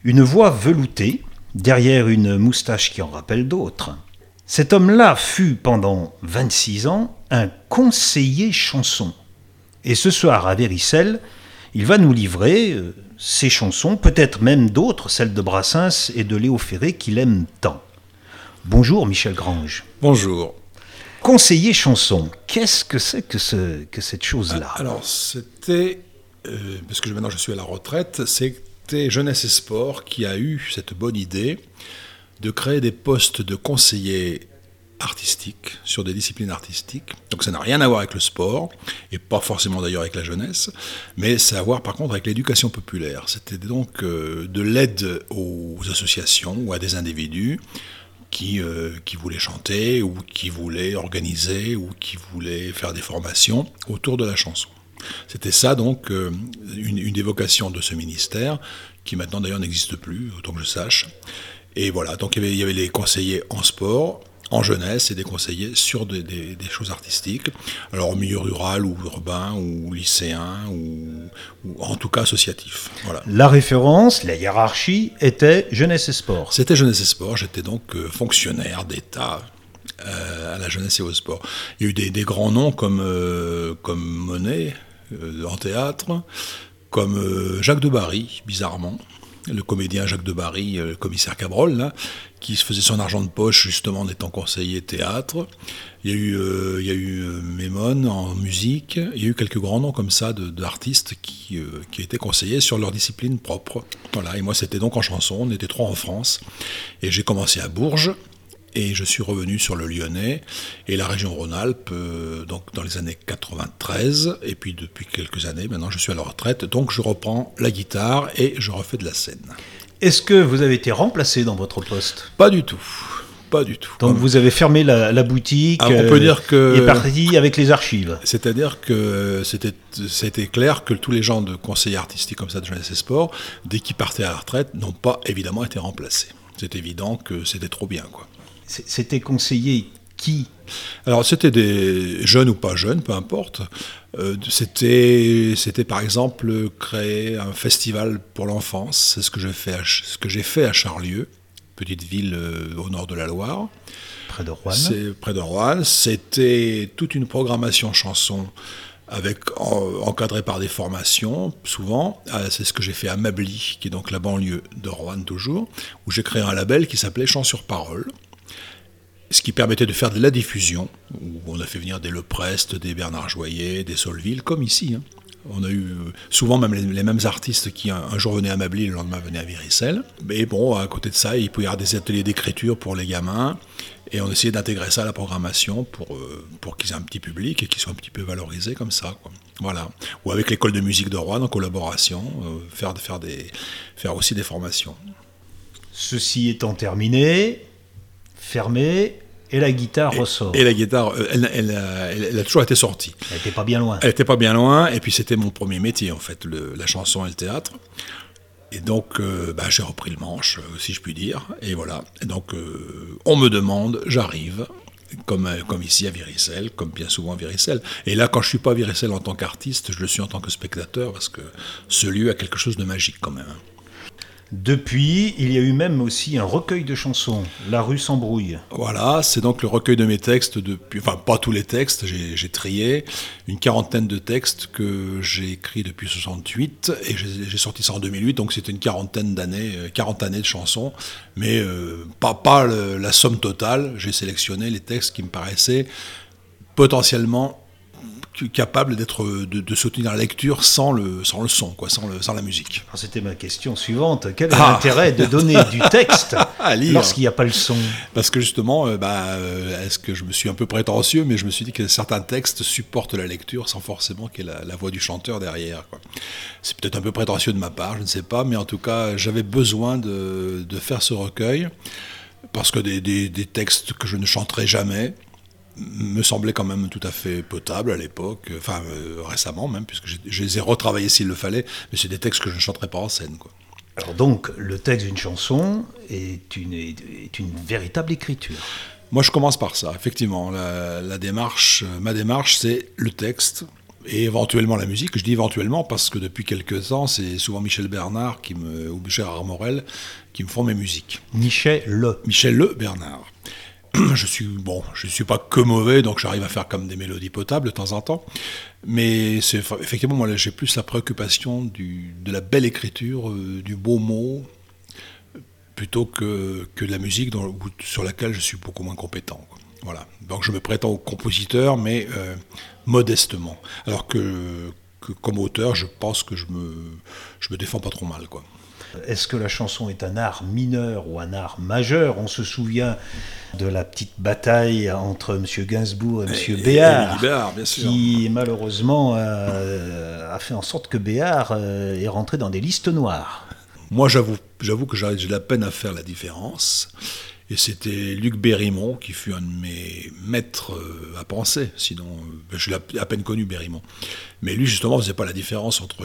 Une voix veloutée, derrière une moustache qui en rappelle d'autres. Cet homme-là fut pendant 26 ans un conseiller chanson. Et ce soir à Véricelle, il va nous livrer ses chansons, peut-être même d'autres, celles de Brassens et de Léo Ferré qu'il aime tant. Bonjour Michel Grange. Bonjour. Conseiller chanson, qu'est-ce que c'est que cette chose-là ? Alors c'était, parce que maintenant je suis à la retraite, c'était Jeunesse et Sport qui a eu cette bonne idée de créer des postes de conseillers artistiques sur des disciplines artistiques. Donc ça n'a rien à voir avec le sport, et pas forcément d'ailleurs avec la jeunesse, mais ça a à voir par contre avec l'éducation populaire. C'était donc de l'aide aux associations ou à des individus qui voulaient chanter, ou qui voulaient organiser, ou qui voulaient faire des formations autour de la chanson. C'était ça donc une des vocations de ce ministère, qui maintenant d'ailleurs n'existe plus, autant que je sache. Et voilà, donc il y avait les conseillers en sport, en jeunesse, et des conseillers sur des choses artistiques, alors au milieu rural ou urbain ou lycéen ou en tout cas associatif. Voilà. La référence, la hiérarchie était jeunesse et sport. C'était jeunesse et sport, j'étais donc fonctionnaire d'État à la jeunesse et au sport. Il y a eu des grands noms comme Monet en théâtre, comme Jacques de Barry, bizarrement. Le comédien Jacques de Barry, le commissaire Cabrol, là, qui se faisait son argent de poche justement en étant conseiller théâtre. Il y a eu Mémone en musique. Il y a eu quelques grands noms comme ça d'artistes qui étaient conseillers sur leur discipline propre. Voilà. Et moi, c'était donc en chanson. On était 3 en France. Et j'ai commencé à Bourges. Et je suis revenu sur le Lyonnais et la région Rhône-Alpes donc dans les années 93. Et puis depuis quelques années, maintenant je suis à la retraite. Donc je reprends la guitare et je refais de la scène. Est-ce que vous avez été remplacé dans votre poste ? Pas du tout. Pas du tout. Donc vous avez fermé la boutique on peut dire que et parti avec les archives. C'est-à-dire que c'était clair que tous les gens de conseillers artistiques comme ça de jeunesse et sport, dès qu'ils partaient à la retraite, n'ont pas évidemment été remplacés. C'est évident que c'était trop bien, quoi. C'était conseiller qui ? Alors c'était des jeunes ou pas jeunes, peu importe. C'était par exemple créer un festival pour l'enfance. C'est ce que j'ai fait à Charlieu, petite ville au nord de la Loire. Près de Roanne. C'est près de Roanne. C'était toute une programmation chanson encadrée par des formations, souvent. C'est ce que j'ai fait à Mably, qui est donc la banlieue de Roanne toujours, où j'ai créé un label qui s'appelait Chant sur Parole. Ce qui permettait de faire de la diffusion, où on a fait venir des Leprest, des Bernard Joyer, des Solville, comme ici. Hein. On a eu souvent même les mêmes artistes qui un jour venaient à Mably et le lendemain venaient à Véricelle. Mais bon, à côté de ça, il pouvait y avoir des ateliers d'écriture pour les gamins, et on essayait d'intégrer ça à la programmation pour qu'ils aient un petit public et qu'ils soient un petit peu valorisés comme ça, quoi. Voilà. Ou avec l'école de musique de Roanne en collaboration, faire aussi des formations. Ceci étant terminé, fermé, et la guitare ressort. Et la guitare, elle a toujours été sortie. Elle n'était pas bien loin. Elle n'était pas bien loin, et puis c'était mon premier métier, en fait, la chanson et le théâtre. Et donc, j'ai repris le manche, si je puis dire, et voilà. Et donc, on me demande, j'arrive, comme ici à Véricelle, comme bien souvent à Véricelle. Et là, quand je ne suis pas à Véricelle en tant qu'artiste, je le suis en tant que spectateur, parce que ce lieu a quelque chose de magique quand même. Depuis, il y a eu même aussi un recueil de chansons, La rue s'embrouille. Voilà, c'est donc le recueil de mes textes, enfin pas tous les textes, j'ai trié une quarantaine de textes que j'ai écrits depuis 68, et j'ai sorti ça en 2008, donc c'était une 40 années de chansons, mais pas la somme totale. J'ai sélectionné les textes qui me paraissaient potentiellement capable de soutenir la lecture sans le son, quoi, sans la musique. Alors c'était ma question suivante. Quel est l'intérêt de donner du texte lorsqu'il n'y a pas le son ? Parce que justement, est-ce que je me suis un peu prétentieux, mais je me suis dit que certains textes supportent la lecture sans forcément qu'il y ait la voix du chanteur derrière, quoi. C'est peut-être un peu prétentieux de ma part, je ne sais pas, mais en tout cas, j'avais besoin de faire ce recueil, parce que des textes que je ne chanterai jamais me semblait quand même tout à fait potable à l'époque, récemment même, puisque je les ai retravaillés s'il le fallait, mais c'est des textes que je ne chanterai pas en scène, quoi. Alors donc, le texte d'une chanson est une véritable écriture. Moi, je commence par ça, effectivement. Ma démarche, c'est le texte, Et éventuellement la musique. Je dis éventuellement parce que depuis quelques temps, c'est souvent Michel Bernard ou Gérard Morel qui me font mes musiques. Michel Le Bernard. Je suis pas que mauvais, donc j'arrive à faire comme des mélodies potables de temps en temps. Mais c'est effectivement, moi, j'ai plus la préoccupation de la belle écriture, du beau mot, plutôt que de la musique sur laquelle je suis beaucoup moins compétent, quoi. Voilà. Donc je me prétends au compositeur, mais modestement. Alors que comme auteur, je pense que je me défends pas trop mal, quoi. Est-ce que la chanson est un art mineur ou un art majeur? On se souvient de la petite bataille entre M. Gainsbourg et M. Béard, bien sûr. Qui malheureusement a fait en sorte que Béard est rentré dans des listes noires. Moi, j'avoue que j'ai de la peine à faire la différence. Et c'était Luc Berrimont qui fut un de mes maîtres à penser. Sinon, je l'ai à peine connu, Berrimont. Mais lui, justement, faisait pas la différence entre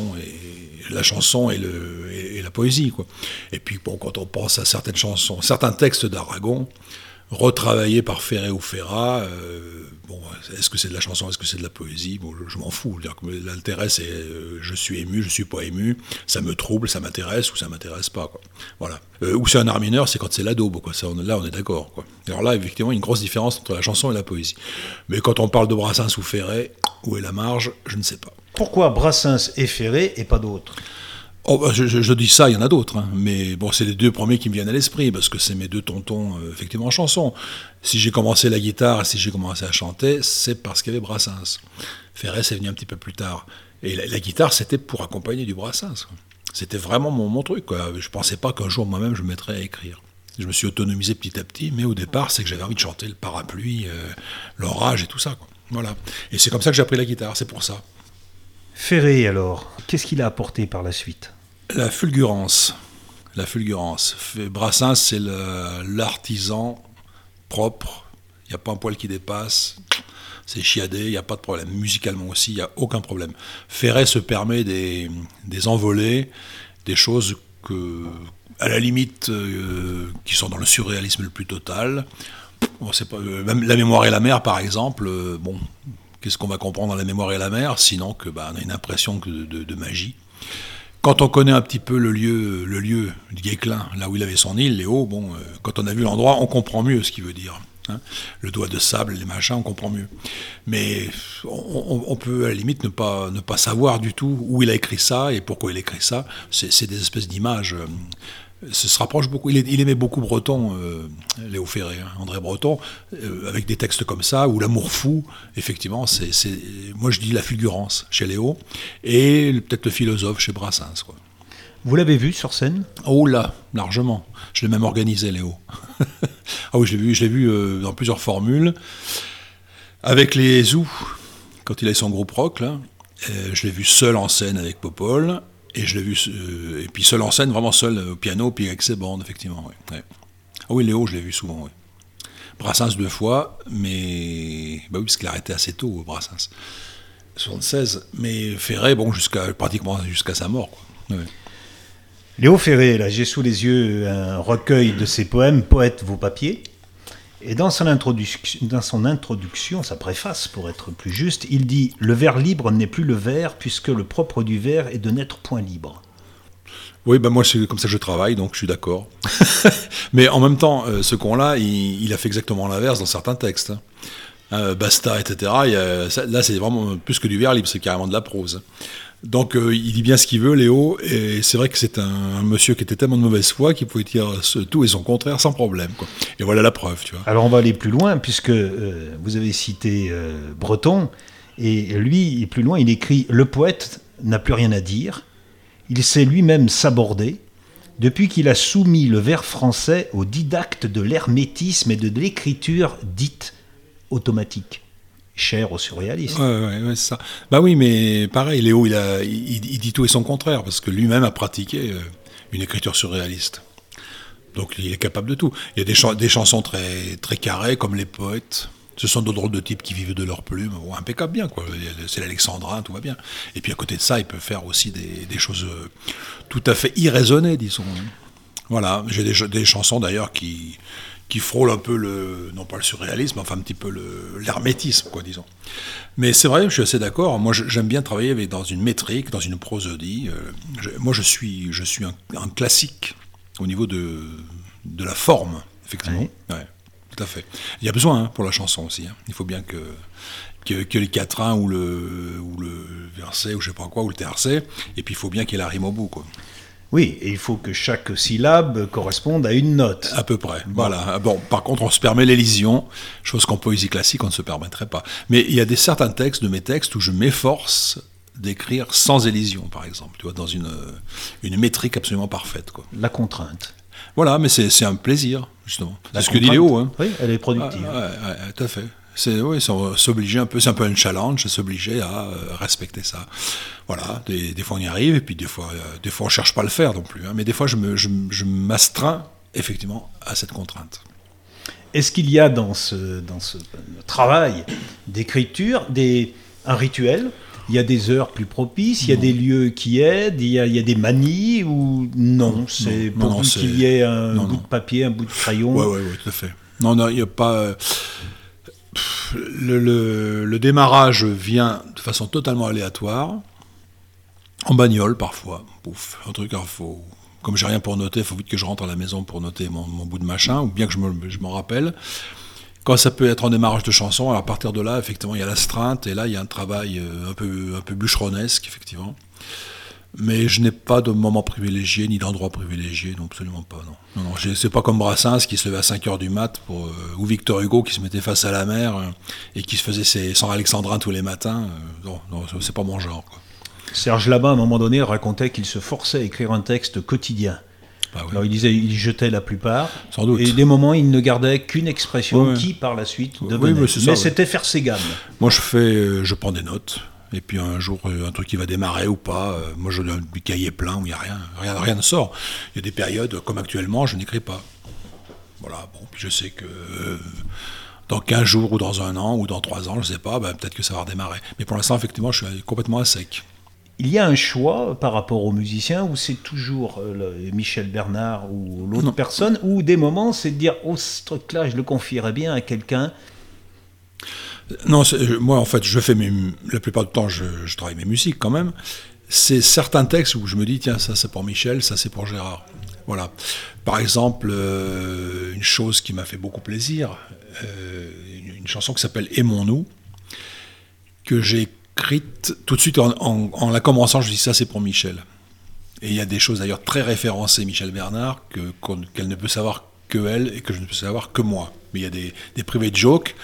la chanson et la poésie, quoi. Et puis, bon, quand on pense à certaines chansons, certains textes d'Aragon, retravaillés par Ferré ou Ferrat, est-ce que c'est de la chanson, est-ce que c'est de la poésie? Bon, je m'en fous. L'intérêt, c'est je suis ému, je suis pas ému, ça me trouble, ça m'intéresse ou ça m'intéresse pas, quoi. Voilà. Ou c'est un art mineur, c'est quand c'est la daube, quoi. Là, on est d'accord, quoi. Alors là, effectivement, il y a une grosse différence entre la chanson et la poésie. Mais quand on parle de Brassens ou Ferré, où est la marge? Je ne sais pas. Pourquoi Brassens et Ferré et pas d'autres? Je dis ça, il y en a d'autres, hein. Mais bon, c'est les deux premiers qui me viennent à l'esprit, parce que c'est mes deux tontons, effectivement, en chanson. Si j'ai commencé la guitare et si j'ai commencé à chanter, c'est parce qu'il y avait Brassens. Ferré, c'est venu un petit peu plus tard. Et la guitare, c'était pour accompagner du Brassens, quoi. C'était vraiment mon truc, quoi. Je pensais pas qu'un jour, moi-même, je me mettrais à écrire. Je me suis autonomisé petit à petit, mais au départ, c'est que j'avais envie de chanter le parapluie, l'orage et tout ça, quoi. Voilà. Et c'est comme ça que j'ai appris la guitare, c'est pour ça. Ferré, alors, qu'est-ce qu'il a apporté par la suite? La fulgurance. Brassens, c'est l'artisan propre. Il n'y a pas un poil qui dépasse. C'est chiadé, il n'y a pas de problème. Musicalement aussi, il n'y a aucun problème. Ferré se permet des envolées, des choses à la limite, qui sont dans le surréalisme le plus total. Bon, c'est pas, même La mémoire et la mer, par exemple, qu'est-ce qu'on va comprendre dans La mémoire et la mer, sinon que on a une impression de magie. Quand on connaît un petit peu le lieu du Guesclin, là où il avait son île, Léo, quand on a vu l'endroit, on comprend mieux ce qu'il veut dire. Hein. Le doigt de sable, les machins, on comprend mieux. Mais on peut à la limite ne pas savoir du tout où il a écrit ça et pourquoi il a écrit ça. C'est des espèces d'images. Ça se rapproche beaucoup. Il aimait beaucoup Breton, Léo Ferré, hein, André Breton, avec des textes comme ça, ou l'amour fou, effectivement, moi je dis la fulgurance chez Léo, et peut-être le philosophe chez Brassens, quoi. Vous l'avez vu sur scène? Oh là, largement. Je l'ai même organisé, Léo. Ah oui, je l'ai vu dans plusieurs formules, avec les Zoux, quand il avait son groupe rock, là. Je l'ai vu seul en scène avec Popol. Et je l'ai vu, et puis seul en scène, vraiment seul au piano, puis avec ses bandes, effectivement. Ouais. Ah oui, Léo, je l'ai vu souvent, oui. Brassens 2 fois, mais oui, parce qu'il a arrêté assez tôt, Brassens. 76, mais Ferré, pratiquement jusqu'à sa mort, quoi. Ouais. Léo Ferré, là, j'ai sous les yeux un recueil de ses poèmes, Poète vos papiers. Et dans son introduction, sa préface pour être plus juste, il dit « Le vers libre n'est plus le vers, puisque le propre du vers est de n'être point libre ». Oui, moi c'est comme ça que je travaille, donc je suis d'accord. Mais en même temps, ce con-là, il a fait exactement l'inverse dans certains textes. Basta, etc. Là, c'est vraiment plus que du vers libre, c'est carrément de la prose. Donc il dit bien ce qu'il veut, Léo, et c'est vrai que c'est un monsieur qui était tellement de mauvaise foi qu'il pouvait dire tout et son contraire sans problème, quoi. Et voilà la preuve, tu vois. Alors on va aller plus loin, puisque vous avez cité Breton, et lui, plus loin, il écrit « Le poète n'a plus rien à dire, il sait lui-même s'aborder, depuis qu'il a soumis le vers français au didacte de l'hermétisme et de l'écriture dite automatique ». Cher au surréaliste. Ouais, c'est ça. Oui, mais pareil, Léo, il dit tout et son contraire, parce que lui-même a pratiqué une écriture surréaliste. Donc il est capable de tout. Il y a des chansons très, très carrées, comme Les Poètes. Ce sont de drôles de types qui vivent de leur plume. Impeccable bien, quoi. C'est l'alexandrin, tout va bien. Et puis à côté de ça, il peut faire aussi des choses tout à fait irraisonnées, disons. Voilà, j'ai des chansons d'ailleurs qui frôlent un peu non pas le surréalisme, enfin un petit peu l'hermétisme, quoi, disons. Mais c'est vrai, je suis assez d'accord. Moi, j'aime bien travailler dans une métrique, dans une prosodie. Moi, je suis un classique au niveau de la forme, effectivement. Oui. Ouais, tout à fait. Il y a besoin pour la chanson aussi. Il faut bien que les quatrains ou le verset, ou je sais pas quoi, ou le tercet, et puis il faut bien qu'il y ait la rime au bout, quoi. Oui, et il faut que chaque syllabe corresponde à une note. À peu près, voilà. Bon, par contre, on se permet l'élision, chose qu'en poésie classique, on ne se permettrait pas. Mais il y a certains textes de mes textes où je m'efforce d'écrire sans élision, par exemple, tu vois, dans une métrique absolument parfaite, quoi. La contrainte. Voilà, mais c'est un plaisir, justement. La C'est ce que dit Léo, hein. Oui, elle est productive. Ouais, tout à fait. Oui, s'obliger un peu, c'est un peu un challenge, c'est s'obliger à respecter ça. Voilà, des fois on y arrive, et puis des fois on cherche pas à le faire non plus, hein, mais des fois je m'astreins effectivement à cette contrainte. Est-ce qu'il y a dans ce travail d'écriture un rituel? Il y a des heures plus propices, il y a des lieux qui aident, il y a des manies, ou non, c'est pour qu'il y ait un bout de papier, un bout de crayon? Oui, tout à fait. Non, il n'y a pas... Le démarrage vient de façon totalement aléatoire, en bagnole parfois, pouf, un truc, comme j'ai rien pour noter, il faut vite que je rentre à la maison pour noter mon bout de machin, ou bien que je m'en rappelle. Quand ça peut être en démarrage de chanson, alors à partir de là, effectivement, il y a l'astreinte, et là, il y a un travail un peu bûcheronesque, effectivement. Mais je n'ai pas de moment privilégié, ni d'endroit privilégié, non, absolument pas, non. Non, c'est pas comme Brassens qui se levait à 5h du mat, ou Victor Hugo qui se mettait face à la mer et qui se faisait ses 100 alexandrins tous les matins. Non, c'est pas mon genre, quoi. Serge Lama, à un moment donné, racontait qu'il se forçait à écrire un texte quotidien. Bah oui. Alors il disait, il jetait la plupart. Sans doute. Et des moments, il ne gardait qu'une expression qui, par la suite, devenait. Mais c'était faire ses gammes. Moi, je prends des notes. Et puis un jour, un truc qui va démarrer ou pas, moi je donne du cahier plein où il n'y a rien ne sort. Il y a des périodes, comme actuellement, je n'écris pas. Voilà, bon, puis je sais que dans 15 jours ou dans 1 an ou dans 3 ans, je ne sais pas, peut-être que ça va redémarrer. Mais pour l'instant, effectivement, je suis complètement à sec. Il y a un choix par rapport aux musiciens où c'est toujours Michel Bernard ou l'autre personne, ou des moments c'est de dire, oh, ce truc-là, je le confierais bien à quelqu'un. Non, moi en fait, la plupart du temps, je travaille mes musiques quand même. C'est certains textes où je me dis, tiens, ça c'est pour Michel, ça c'est pour Gérard. Voilà. Par exemple, une chose qui m'a fait beaucoup plaisir, une chanson qui s'appelle Aimons-nous, que j'ai écrite tout de suite en la commençant, je dis ça c'est pour Michel. Et il y a des choses d'ailleurs très référencées Michel Bernard qu'elle ne peut savoir que elle et que je ne peux savoir que moi. Mais il y a des private jokes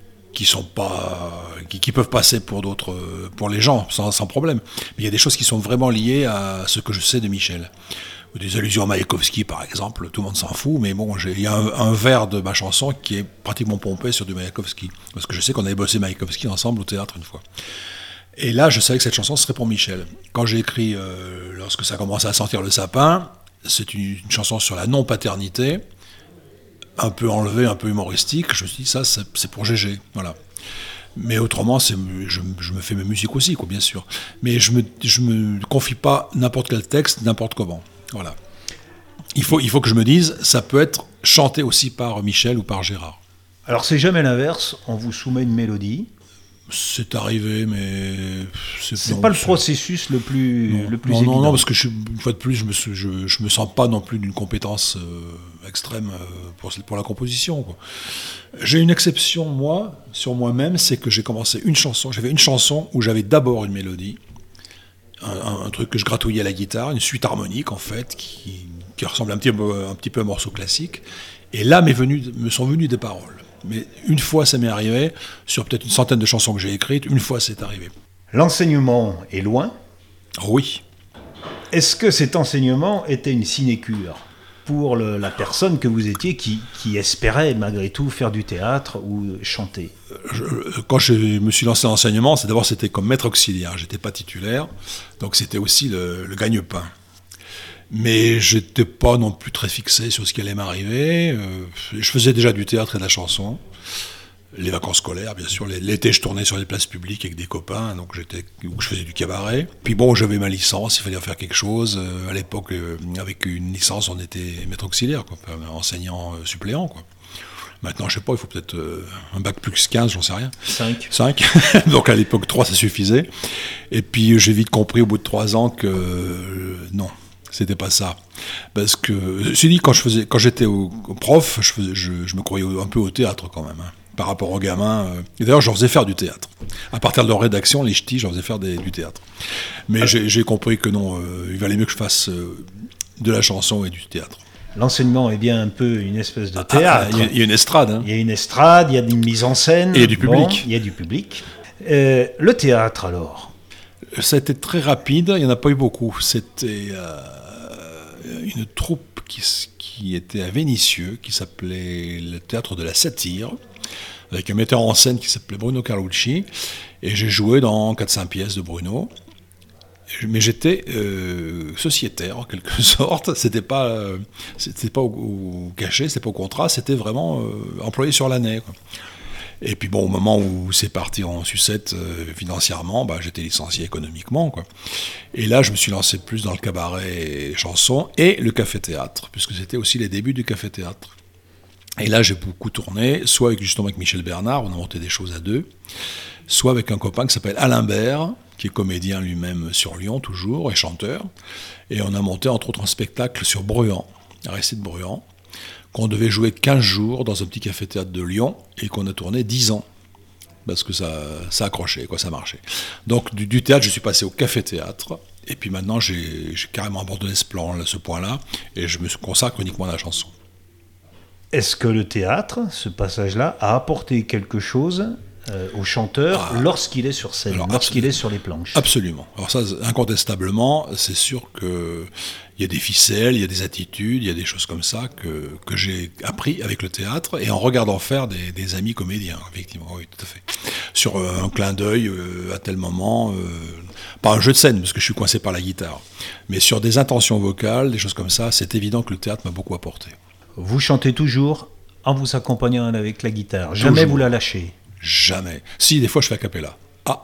qui peuvent passer pour les gens sans problème. Mais il y a des choses qui sont vraiment liées à ce que je sais de Michel. Ou des allusions à Maïakovski par exemple, tout le monde s'en fout, mais bon, il y a un vers de ma chanson qui est pratiquement pompé sur du Maïakovski, parce que je sais qu'on avait bossé Maïakovski ensemble au théâtre une fois. Et là, je savais que cette chanson serait pour Michel. Quand j'ai écrit, lorsque ça commençait à sortir le sapin, c'est une chanson sur la non-paternité, un peu enlevé, un peu humoristique. Je me suis dit, ça, c'est pour Gégé, voilà. Mais autrement, je me fais mes musiques aussi, quoi, bien sûr. Mais je me confie pas n'importe quel texte, n'importe comment, voilà. Il faut que je me dise, ça peut être chanté aussi par Michel ou par Gérard. Alors c'est jamais l'inverse, on vous soumet une mélodie. C'est arrivé, mais c'est pas le processus le plus évident. Non, parce que une fois de plus, je me sens pas non plus d'une compétence extrême pour la composition, quoi. J'ai une exception, moi, sur moi-même, c'est que j'ai commencé j'avais une chanson où j'avais d'abord une mélodie, un truc que je gratouillais à la guitare, une suite harmonique en fait, qui ressemble un petit peu à un morceau classique, et là me sont venues des paroles. Mais une fois ça m'est arrivé, sur peut-être une centaine de chansons que j'ai écrites, une fois c'est arrivé. L'enseignement est loin. Oui. Est-ce que cet enseignement était une sinécure pour la personne que vous étiez qui espérait malgré tout faire du théâtre ou chanter? Quand je me suis lancé en enseignement, c'était comme maître auxiliaire, j'étais pas titulaire, donc c'était aussi le gagne-pain. Mais j'étais pas non plus très fixé sur ce qui allait m'arriver. Je faisais déjà du théâtre et de la chanson. Les vacances scolaires, bien sûr. L'été, je tournais sur les places publiques avec des copains, donc je faisais du cabaret. Puis bon, j'avais ma licence, il fallait en faire quelque chose. À l'époque, avec une licence, on était maître auxiliaire, quoi, enseignant suppléant, quoi. Maintenant, je sais pas, il faut peut-être un bac plus 15, j'en sais rien. 5. Donc à l'époque, 3, ça suffisait. Et puis j'ai vite compris au bout de 3 ans que non, c'était pas ça. Parce que, je dit, quand j'étais au prof, je me croyais un peu au théâtre quand même, hein, par rapport aux gamins. Et d'ailleurs, je leur faisais faire du théâtre. À partir de leur rédaction, les ch'tis, je leur faisais faire du théâtre. Mais j'ai compris que non, il valait mieux que je fasse de la chanson et du théâtre. L'enseignement est bien un peu une espèce de théâtre. Il y a une estrade. Hein. Il y a une estrade, il y a une mise en scène. Et il y a du public. Bon, il y a du public. Le théâtre, alors? Ça a été très rapide, il n'y en a pas eu beaucoup. C'était une troupe qui était à Vénissieux, qui s'appelait le Théâtre de la Satire, avec un metteur en scène qui s'appelait Bruno Carlucci. Et j'ai joué dans 4-5 pièces de Bruno. Mais j'étais sociétaire en quelque sorte, c'était pas au cachet, c'était pas au contrat, c'était vraiment employé sur l'année, quoi. Et puis bon, au moment où c'est parti en sucette financièrement, j'étais licencié économiquement, quoi. Et là, je me suis lancé plus dans le cabaret et chanson et le café-théâtre, puisque c'était aussi les débuts du café-théâtre. Et là, j'ai beaucoup tourné, soit justement avec Michel Bernard, on a monté des choses à 2, soit avec un copain qui s'appelle Alain Bert, qui est comédien lui-même sur Lyon toujours, et chanteur. Et on a monté entre autres un spectacle sur Bruant, Aristide Bruant, qu'on devait jouer 15 jours dans un petit café-théâtre de Lyon, et qu'on a tourné 10 ans, parce que ça accrochait, quoi, ça marchait. Donc du théâtre, je suis passé au café-théâtre, et puis maintenant j'ai carrément abandonné ce point-là, et je me consacre uniquement à la chanson. Est-ce que le théâtre, ce passage-là, a apporté quelque chose au chanteur lorsqu'il est sur scène, lorsqu'il est sur les planches? Absolument. Alors ça, incontestablement, c'est sûr qu'il y a des ficelles, il y a des attitudes, il y a des choses comme ça que j'ai appris avec le théâtre et en regardant faire des amis comédiens, effectivement, oui, tout à fait. Sur un clin d'œil à tel moment, pas un jeu de scène, parce que je suis coincé par la guitare, mais sur des intentions vocales, des choses comme ça, c'est évident que le théâtre m'a beaucoup apporté. Vous chantez toujours en vous accompagnant avec la guitare, jamais vous la lâchez? Jamais. Si, des fois je fais a cappella.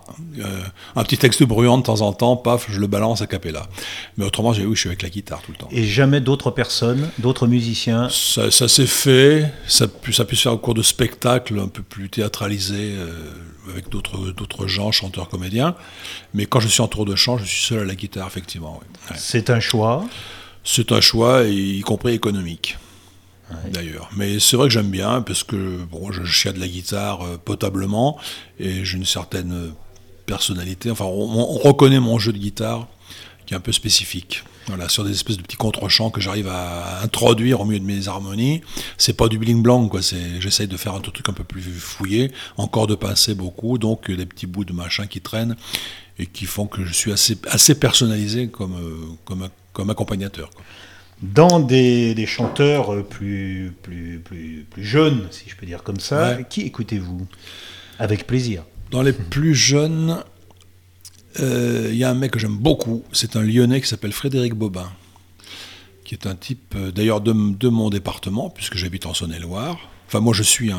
Un petit texte bruyant de temps en temps, paf, je le balance a cappella. Mais autrement, je suis avec la guitare tout le temps. Et jamais d'autres personnes, d'autres musiciens? Ça s'est fait, ça a pu se faire au cours de spectacles un peu plus théâtralisés, avec d'autres gens, chanteurs, comédiens. Mais quand je suis en tour de chant, je suis seul à la guitare, effectivement. Oui. Ouais. C'est un choix? C'est un choix, y compris économique. Ouais. D'ailleurs. Mais c'est vrai que j'aime bien, parce que je chiade la guitare potablement, et j'ai une certaine personnalité. Enfin, on reconnaît mon jeu de guitare, qui est un peu spécifique. Voilà, sur des espèces de petits contre-chants que j'arrive à introduire au milieu de mes harmonies. C'est pas du bling-blang, quoi. J'essaye de faire un truc un peu plus fouillé, encore de pincer beaucoup, donc des petits bouts de machin qui traînent, et qui font que je suis assez personnalisé comme accompagnateur, quoi. Dans des chanteurs plus jeunes, si je peux dire comme ça, ouais. Qui écoutez-vous avec plaisir? Dans les plus jeunes, y a un mec que j'aime beaucoup, c'est un Lyonnais qui s'appelle Frédéric Bobin, qui est un type d'ailleurs de mon département, puisque j'habite en Saône-et-Loire. Enfin, moi je suis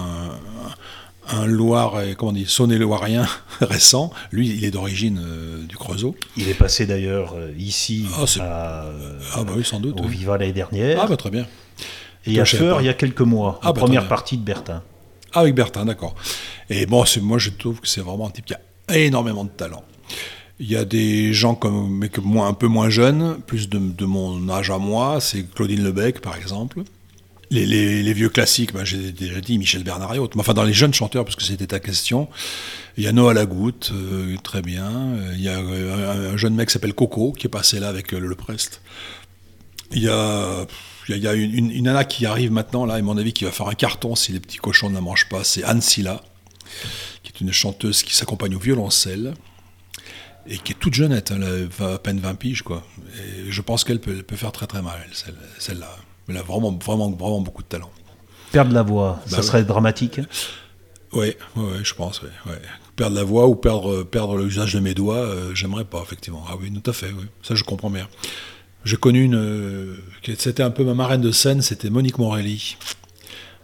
un Saône-et-Loirien récent. Lui, il est d'origine du Creusot. Il est passé d'ailleurs ici oui, sans doute, au Viva l'année dernière. Ah, très bien. Et à Feur, il y a quelques mois, en première partie de Bertin. Ah, avec Bertin, d'accord. Et bon, moi, je trouve que c'est vraiment un type qui a énormément de talent. Il y a des gens un peu moins jeunes, plus de mon âge à moi, c'est Claudine Lebec, par exemple. Les vieux classiques, j'ai déjà dit Michel Bernard et autres. Enfin, dans les jeunes chanteurs, parce que c'était ta question, il y a Noah Lagoutte, très bien. Il y a un jeune mec qui s'appelle Coco, qui est passé là avec Le Prest. Il y a une nana qui arrive maintenant, là, et à mon avis, qui va faire un carton si les petits cochons ne la mangent pas. C'est Anne Silla, qui est une chanteuse qui s'accompagne au violoncelle, et qui est toute jeunette, elle a à peine 20 piges, quoi. Et je pense qu'elle peut faire très très mal, celle-là. Elle a vraiment beaucoup de talent. Perdre la voix, ça serait dramatique? Oui, je pense. Ouais. Perdre la voix ou perdre l'usage de mes doigts, j'aimerais pas, effectivement. Ah oui, tout à fait, oui. Ça, je comprends bien. J'ai connu c'était un peu ma marraine de scène, c'était Monique Morelli,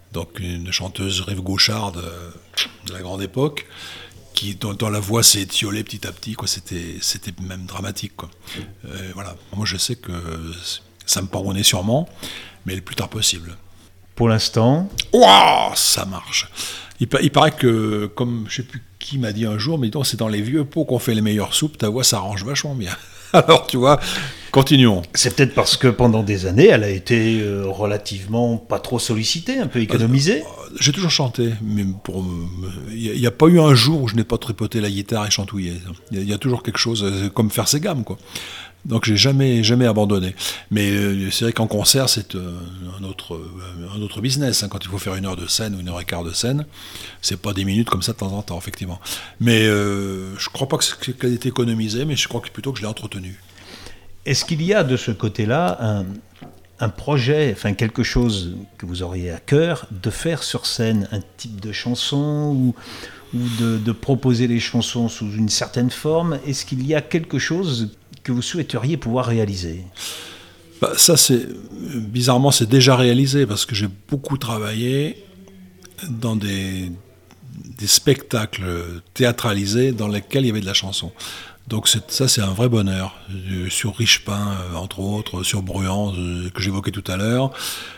donc une chanteuse rive-gaucharde de la grande époque, dont la voix s'est étiolée petit à petit, quoi. C'était même dramatique, quoi. Voilà. Moi, je sais que ça me pardonnait sûrement, mais le plus tard possible. Pour l'instant, Waouh, ça marche. Il paraît que, comme je sais plus qui m'a dit un jour, mais donc c'est dans les vieux pots qu'on fait les meilleures soupes, ta voix s'arrange vachement bien. Alors, tu vois, continuons. c'est peut-être parce que pendant des années, elle a été relativement pas trop sollicitée, un peu économisée. J'ai toujours chanté, mais il n'y a pas eu un jour où je n'ai pas tripoté la guitare et chantouillé. Il y a toujours quelque chose, comme faire ses gammes, quoi. Donc j'ai jamais abandonné. Mais c'est vrai qu'en concert, c'est un autre business. Quand il faut faire 1 heure de scène ou 1 heure et quart de scène, c'est pas des minutes comme ça de temps en temps, effectivement. Mais je crois pas qu'elle ait été économisée, mais je crois plutôt que je l'ai entretenue. Est-ce qu'il y a de ce côté-là un projet, enfin quelque chose que vous auriez à cœur de faire sur scène, un type de chanson ou de proposer les chansons sous une certaine forme? Est-ce qu'il y a quelque chose que vous souhaiteriez pouvoir réaliser? Ça, bizarrement, c'est déjà réalisé parce que j'ai beaucoup travaillé dans des spectacles théâtralisés dans lesquels il y avait de la chanson. Donc ça, c'est un vrai bonheur. Sur Richepin, entre autres, sur Bruant, que j'évoquais tout à l'heure.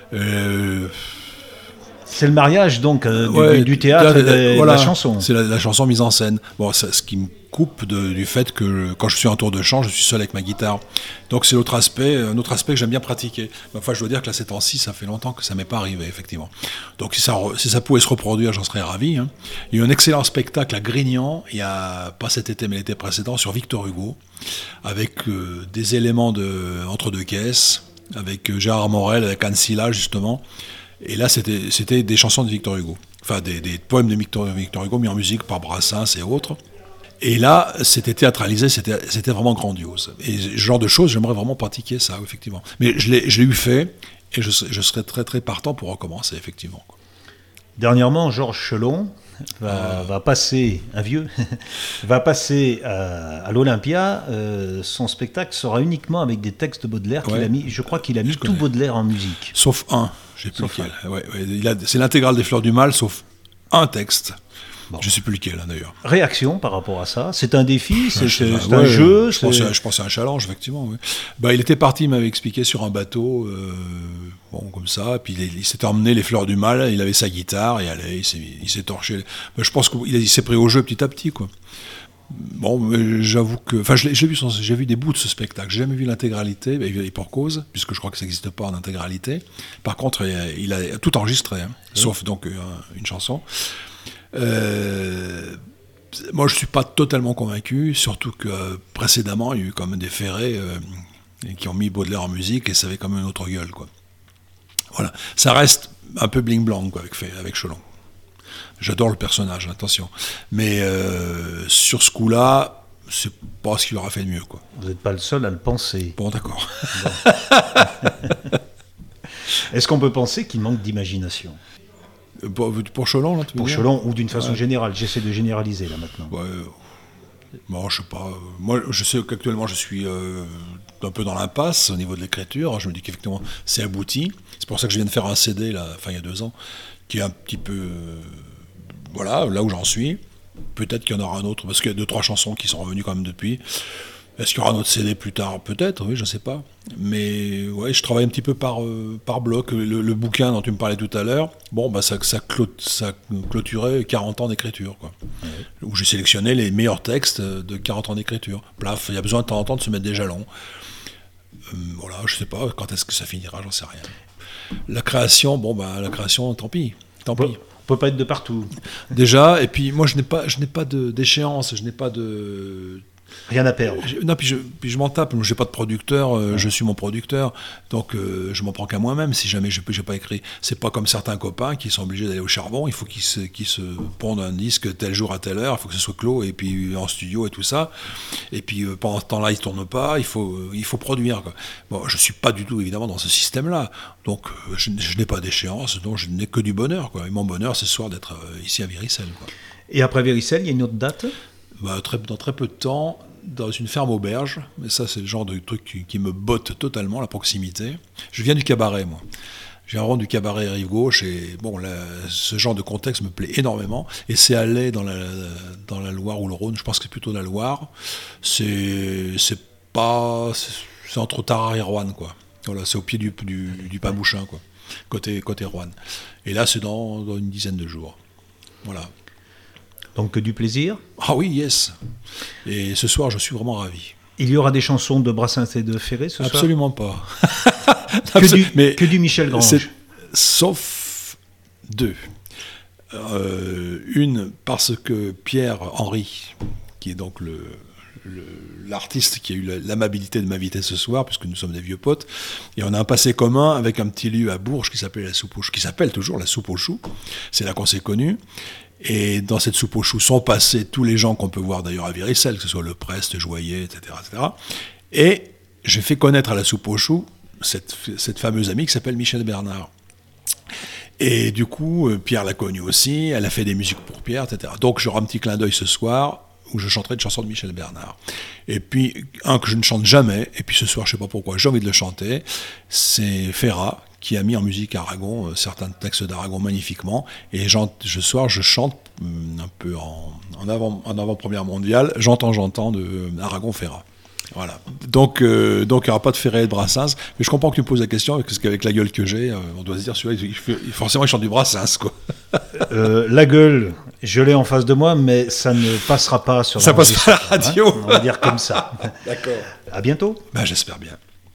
C'est le mariage donc du théâtre et de la chanson. C'est la chanson mise en scène. Bon, ce qui me coupe du fait que quand je suis en tour de chant, je suis seul avec ma guitare. Donc c'est un autre aspect que j'aime bien pratiquer. Enfin, je dois dire que là, ces temps-ci, ça fait longtemps que ça m'est pas arrivé, effectivement. Donc si ça pouvait se reproduire, j'en serais ravi. Hein. Il y a eu un excellent spectacle à Grignan, il y a pas cet été mais l'été précédent, sur Victor Hugo, avec des éléments entre deux caisses, avec Gérard Morel, avec Anne Silla, justement. Et là, c'était des chansons de Victor Hugo. Enfin, des poèmes de Victor Hugo mis en musique par Brassens et autres. Et là, c'était théâtralisé, c'était vraiment grandiose. Et ce genre de choses, j'aimerais vraiment pratiquer ça, effectivement. Mais je l'ai eu fait, et je serais très très partant pour recommencer, effectivement. Dernièrement, Georges Chelon va passer, un vieux, va passer à l'Olympia. Son spectacle sera uniquement avec des textes de Baudelaire qu'il a mis. Je crois qu'il a mis tout Baudelaire en musique. Sauf un, je sais plus lequel. Ouais, c'est l'intégrale des Fleurs du Mal, sauf un texte. Bon. Je ne sais plus lequel, là, d'ailleurs. Réaction par rapport à ça? C'est un défi? C'est un jeu? Je pense à un challenge, effectivement. Oui. Il était parti, il m'avait expliqué, sur un bateau, comme ça, puis il s'était emmené les Fleurs du Mal, il avait sa guitare, et allait, il s'est torché. Je pense qu'il s'est pris au jeu petit à petit, quoi. Bon, mais j'avoue que... Enfin, j'ai vu des bouts de ce spectacle. J'ai jamais vu l'intégralité, et pour cause, puisque je crois que ça n'existe pas en intégralité. Par contre, il a tout enregistré, hein, sauf donc une chanson. Moi, je ne suis pas totalement convaincu, surtout que précédemment, il y a eu quand même des ferrets qui ont mis Baudelaire en musique, et ça avait quand même une autre gueule, quoi. Voilà. Ça reste un peu bling-blang, quoi, avec Chelon. J'adore le personnage, attention. Mais sur ce coup-là, c'est pas ce qu'il aura fait de mieux, quoi. Vous n'êtes pas le seul à le penser. Bon, d'accord. Bon. Est-ce qu'on peut penser qu'il manque d'imagination? Pour Chelon, là, tu veux Pour dire Chelon, ou d'une façon générale. J'essaie de généraliser, là, maintenant. Bon, je sais pas. Moi, je sais qu'actuellement, je suis un peu dans l'impasse au niveau de l'écriture. Je me dis qu'effectivement, c'est abouti. C'est pour ça que je viens de faire un CD, là, il y a 2 ans, qui est un petit peu... voilà, là où j'en suis. Peut-être qu'il y en aura un autre, parce qu'il y a 2-3 chansons qui sont revenues quand même depuis. Est-ce qu'il y aura un autre CD plus tard? Peut-être, oui, je ne sais pas. Mais ouais, je travaille un petit peu par bloc. Le bouquin dont tu me parlais tout à l'heure, ça clôturait 40 ans d'écriture, quoi. Ouais. Où j'ai sélectionné les meilleurs textes de 40 ans d'écriture. Plaf, il y a besoin de temps en temps de se mettre des jalons. Voilà, je ne sais pas quand est-ce que ça finira, j'en sais rien. La création, tant pis. On peut pas être de partout. Déjà, et puis moi je n'ai pas d'échéance, je n'ai pas de... Rien à perdre. Non, puis je m'en tape. Je n'ai pas de producteur, je suis mon producteur, donc je m'en prends qu'à moi-même si jamais je n'ai pas écrit. C'est pas comme certains copains qui sont obligés d'aller au charbon. Il faut qu'ils se pondent un disque tel jour à telle heure. Il faut que ce soit clos et puis en studio et tout ça. Et puis pendant ce temps-là, ils ne tournent pas. Il faut produire, quoi. Bon, je suis pas du tout évidemment dans ce système-là. Donc je n'ai pas d'échéance, donc je n'ai que du bonheur, quoi. Et mon bonheur, c'est ce soir d'être ici à Viricelle, quoi. Et après Viricelle, il y a une autre date? Dans très peu de temps, dans une ferme auberge, mais ça c'est le genre de truc qui me botte totalement, la proximité. Je viens du cabaret, moi. J'ai vraiment du cabaret rive gauche, et bon, ce genre de contexte me plaît énormément. Et c'est à Lay, dans la Loire ou le Rhône, je pense que c'est plutôt la Loire. C'est entre Tarare et Roanne, quoi. Voilà, c'est au pied du Pamouchin, quoi, côté Roanne. Et là, c'est dans une dizaine de jours. Voilà. Donc que du plaisir. Ah oui, yes. Et ce soir, je suis vraiment ravi. Il y aura des chansons de Brassens et de Ferré ce soir? Absolument pas. Que du Michel Grange. Sauf deux. Une, parce que Pierre-Henri, qui est donc l'artiste qui a eu l'amabilité de m'inviter ce soir, puisque nous sommes des vieux potes, et on a un passé commun avec un petit lieu à Bourges qui s'appelle toujours la Soupe aux Choux. C'est là qu'on s'est connus. Et dans cette soupe aux choux sont passés tous les gens qu'on peut voir d'ailleurs à Viricelle, que ce soit Le Prest, Joyer, etc., etc. Et j'ai fait connaître à la soupe aux choux cette fameuse amie qui s'appelle Michel Bernard. Et du coup, Pierre l'a connue aussi, elle a fait des musiques pour Pierre, etc. Donc j'aurai un petit clin d'œil ce soir où je chanterai une chanson de Michel Bernard. Et puis, un que je ne chante jamais, et puis ce soir, je ne sais pas pourquoi, j'ai envie de le chanter, c'est Ferrat, qui a mis en musique Aragon, certains textes d'Aragon magnifiquement, et ce soir, je chante un peu en avant-première mondiale, J'entends de Aragon Ferrat. Voilà. Donc il n'y aura pas de Ferré et de Brassens, mais je comprends que tu me poses la question, parce qu'avec la gueule que j'ai, on doit se dire, celui-là, forcément, il chante du Brassens, quoi. La gueule, je l'ai en face de moi, mais ça ne passera pas sur ça passe pas à la radio. On va dire comme ça. D'accord. À bientôt. Ben, j'espère bien.